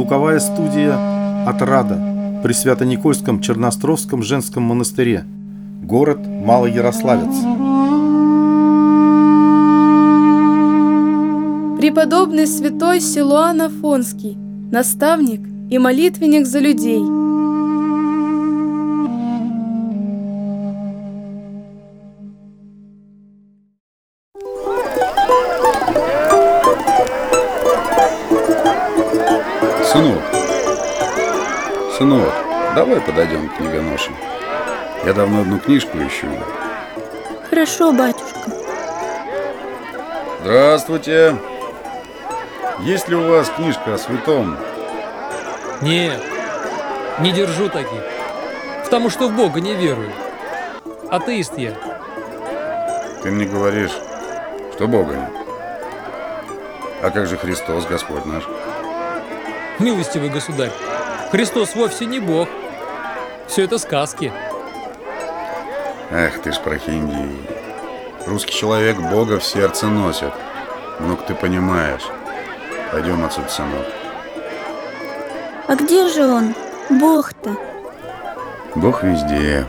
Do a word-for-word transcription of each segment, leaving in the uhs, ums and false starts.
Звуковая студия «Отрада» при Свято-Никольском Черноостровском женском монастыре. Город Малоярославец. Преподобный святой Силуан Афонский, наставник и молитвенник за людей. Сынок, сынок, давай подойдем к книгоношам. Я давно одну книжку ищу. Хорошо, батюшка. Здравствуйте. Есть ли у вас книжка о святом? Нет, не держу таких, потому что в Бога не верую. Атеист я. Ты мне говоришь, что Бога нет. А как же Христос, Господь наш? Милостивый государь, Христос вовсе не Бог. Все это сказки. Эх ты ж прохиндей. Русский человек Бога в сердце носит. Ну-ка ты понимаешь. Пойдем отсюда, сынок. А где же он, Бог-то? Бог везде.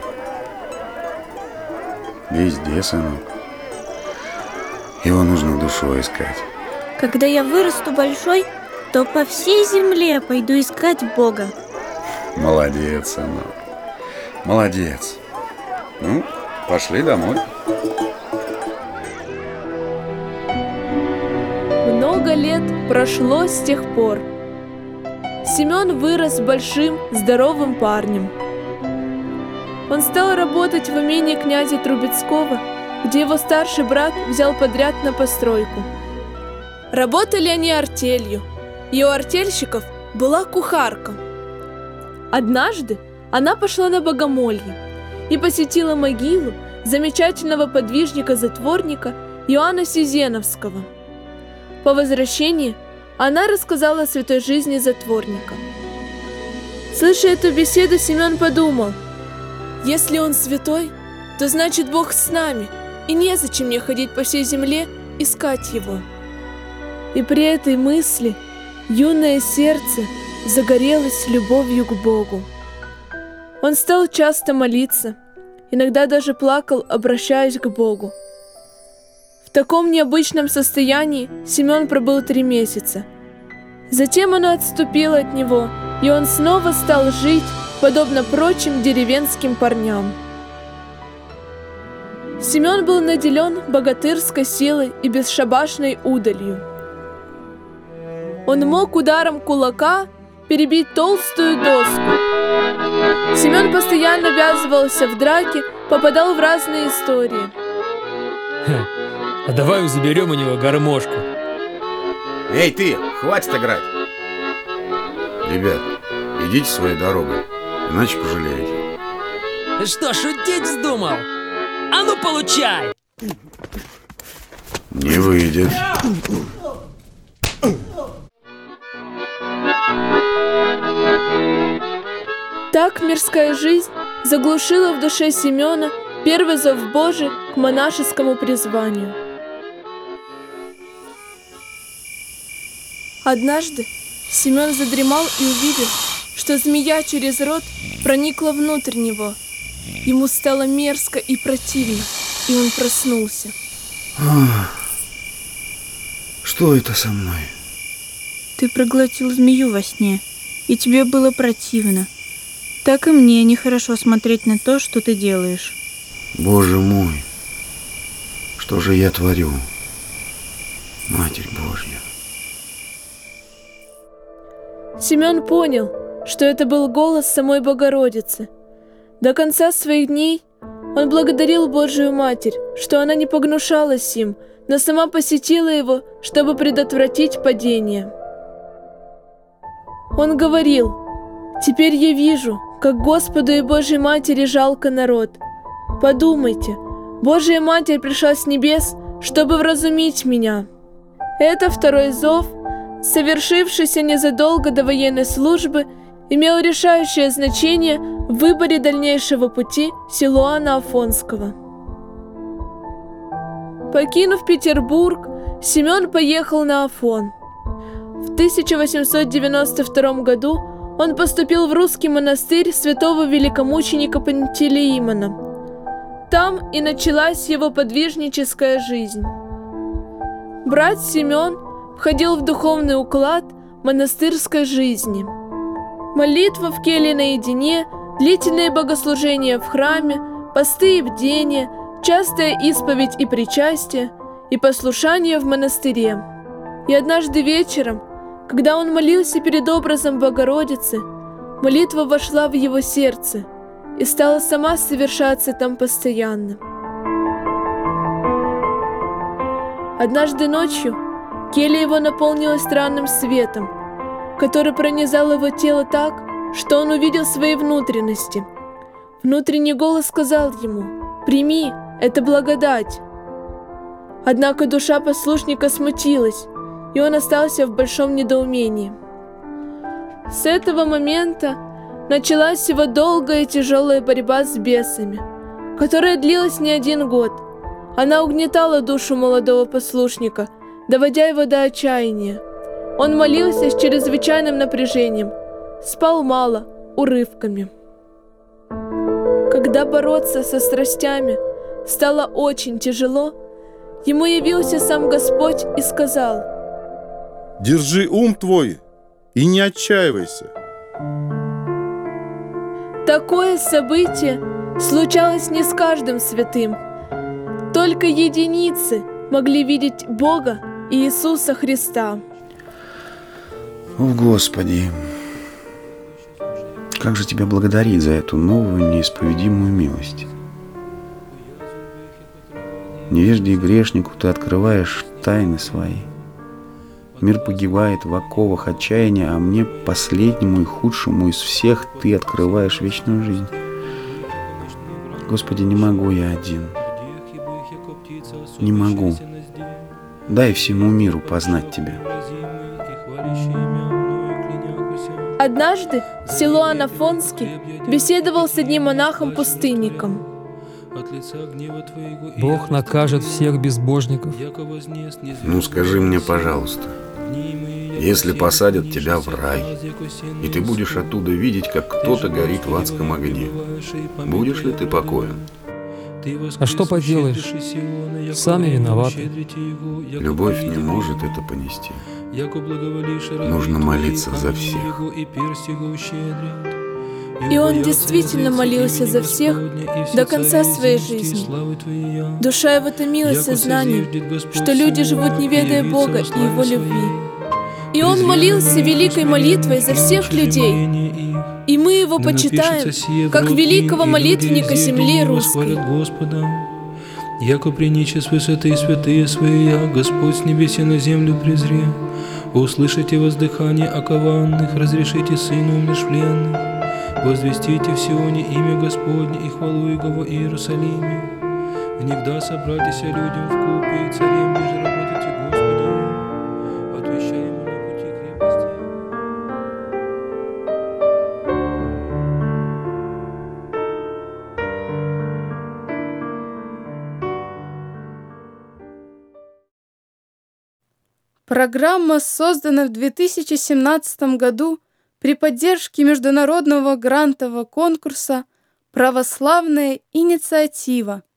Везде, сынок. Его нужно душой искать. Когда я вырасту большой, то по всей земле пойду искать Бога. Молодец, сынок. Молодец. Ну, пошли домой. Много лет прошло с тех пор. Семен вырос большим, здоровым парнем. Он стал работать в имении князя Трубецкого, где его старший брат взял подряд на постройку. Работали они артелью, и у артельщиков была кухарка. Однажды она пошла на богомолье и посетила могилу замечательного подвижника-затворника Иоанна Сизеновского. По возвращении она рассказала о святой жизни затворника. Слыша эту беседу, Семен подумал: если он святой, то значит Бог с нами, и незачем мне ходить по всей земле искать его. И при этой мысли юное сердце загорелось любовью к Богу. Он стал часто молиться, иногда даже плакал, обращаясь к Богу. В таком необычном состоянии Семен пробыл три месяца. Затем оно отступило от него, и он снова стал жить, подобно прочим деревенским парням. Семен был наделен богатырской силой и бесшабашной удалью. Он мог ударом кулака перебить толстую доску. Семен постоянно ввязывался в драки, попадал в разные истории. Ха, а давай заберем у него гармошку. Эй, ты, хватит играть. Ребят, идите своей дорогой, иначе пожалеете. Ты что, шутить вздумал? А ну, получай! Не выйдет. Так мирская жизнь заглушила в душе Семена первый зов Божий к монашескому призванию. Однажды Семен задремал и увидел, что змея через рот проникла внутрь него. Ему стало мерзко и противно, и он проснулся. Что это со мной? Ты проглотил змею во сне, и тебе было противно. Так и мне нехорошо смотреть на то, что ты делаешь. Боже мой, что же я творю? Матерь Божья. Семен понял, что это был голос самой Богородицы. До конца своих дней он благодарил Божию Матерь, что она не погнушалась им, но сама посетила его, чтобы предотвратить падение. Он говорил: «Теперь я вижу, как Господу и Божьей Матери жалко народ. Подумайте, Божья Матерь пришла с небес, чтобы вразумить меня». Это второй зов, совершившийся незадолго до военной службы, имел решающее значение в выборе дальнейшего пути Силуана Афонского. Покинув Петербург, Семен поехал на Афон. В В тысяча восемьсот девяносто втором году он поступил в русский монастырь святого великомученика Пантелеимона. Там и началась его подвижническая жизнь. Брат Семен входил в духовный уклад монастырской жизни. Молитва в келье наедине, длительные богослужения в храме, посты и бдения, частая исповедь и причастие, и послушание в монастыре. И однажды вечером, когда он молился перед образом Богородицы, молитва вошла в его сердце и стала сама совершаться там постоянно. Однажды ночью келья его наполнилась странным светом, который пронизал его тело так, что он увидел свои внутренности. Внутренний голос сказал ему: «Прими, это благодать». Однако душа послушника смутилась, и он остался в большом недоумении. С этого момента началась его долгая и тяжелая борьба с бесами, которая длилась не один год. Она угнетала душу молодого послушника, доводя его до отчаяния. Он молился с чрезвычайным напряжением, спал мало, урывками. Когда бороться со страстями стало очень тяжело, ему явился сам Господь и сказал: «Держи ум твой и не отчаивайся». Такое событие случалось не с каждым святым. Только единицы могли видеть Бога и Иисуса Христа. О, Господи! Как же Тебя благодарить за эту новую неисповедимую милость? Невежде и грешнику Ты открываешь тайны свои. Мир погибает в оковах отчаяния, а мне, последнему и худшему из всех, Ты открываешь вечную жизнь. Господи, не могу я один. Не могу. Дай всему миру познать Тебя. Однажды Силуан Афонский беседовал с одним монахом-пустынником. Бог накажет всех безбожников. Ну скажи мне, пожалуйста, если посадят тебя в рай, и ты будешь оттуда видеть, как кто-то горит в адском огне, будешь ли ты покоен? А что поделаешь? Сами виноваты. Любовь не может это понести. Нужно молиться за всех. И он действительно молился за всех до конца своей жизни. Душа его томилась сознанием, что люди живут, не ведая Бога и Его любви. И он молился великой молитвой за всех людей. И мы его почитаем как великого молитвенника земли русской. Яко приниче с высоты святые свои, я, Господь с небеси на землю презре. Услышите воздыхание окованных, разрешите сыну умершвленных. Возвестите в Сионе имя Господне и хвалу Его в Иерусалиме. Внегда собратися людям вкупе, и царем лишь работайте Господи, отвещаемо на пути крепости. Программа создана в две тысячи семнадцатом году при поддержке международного грантового конкурса «Православная инициатива».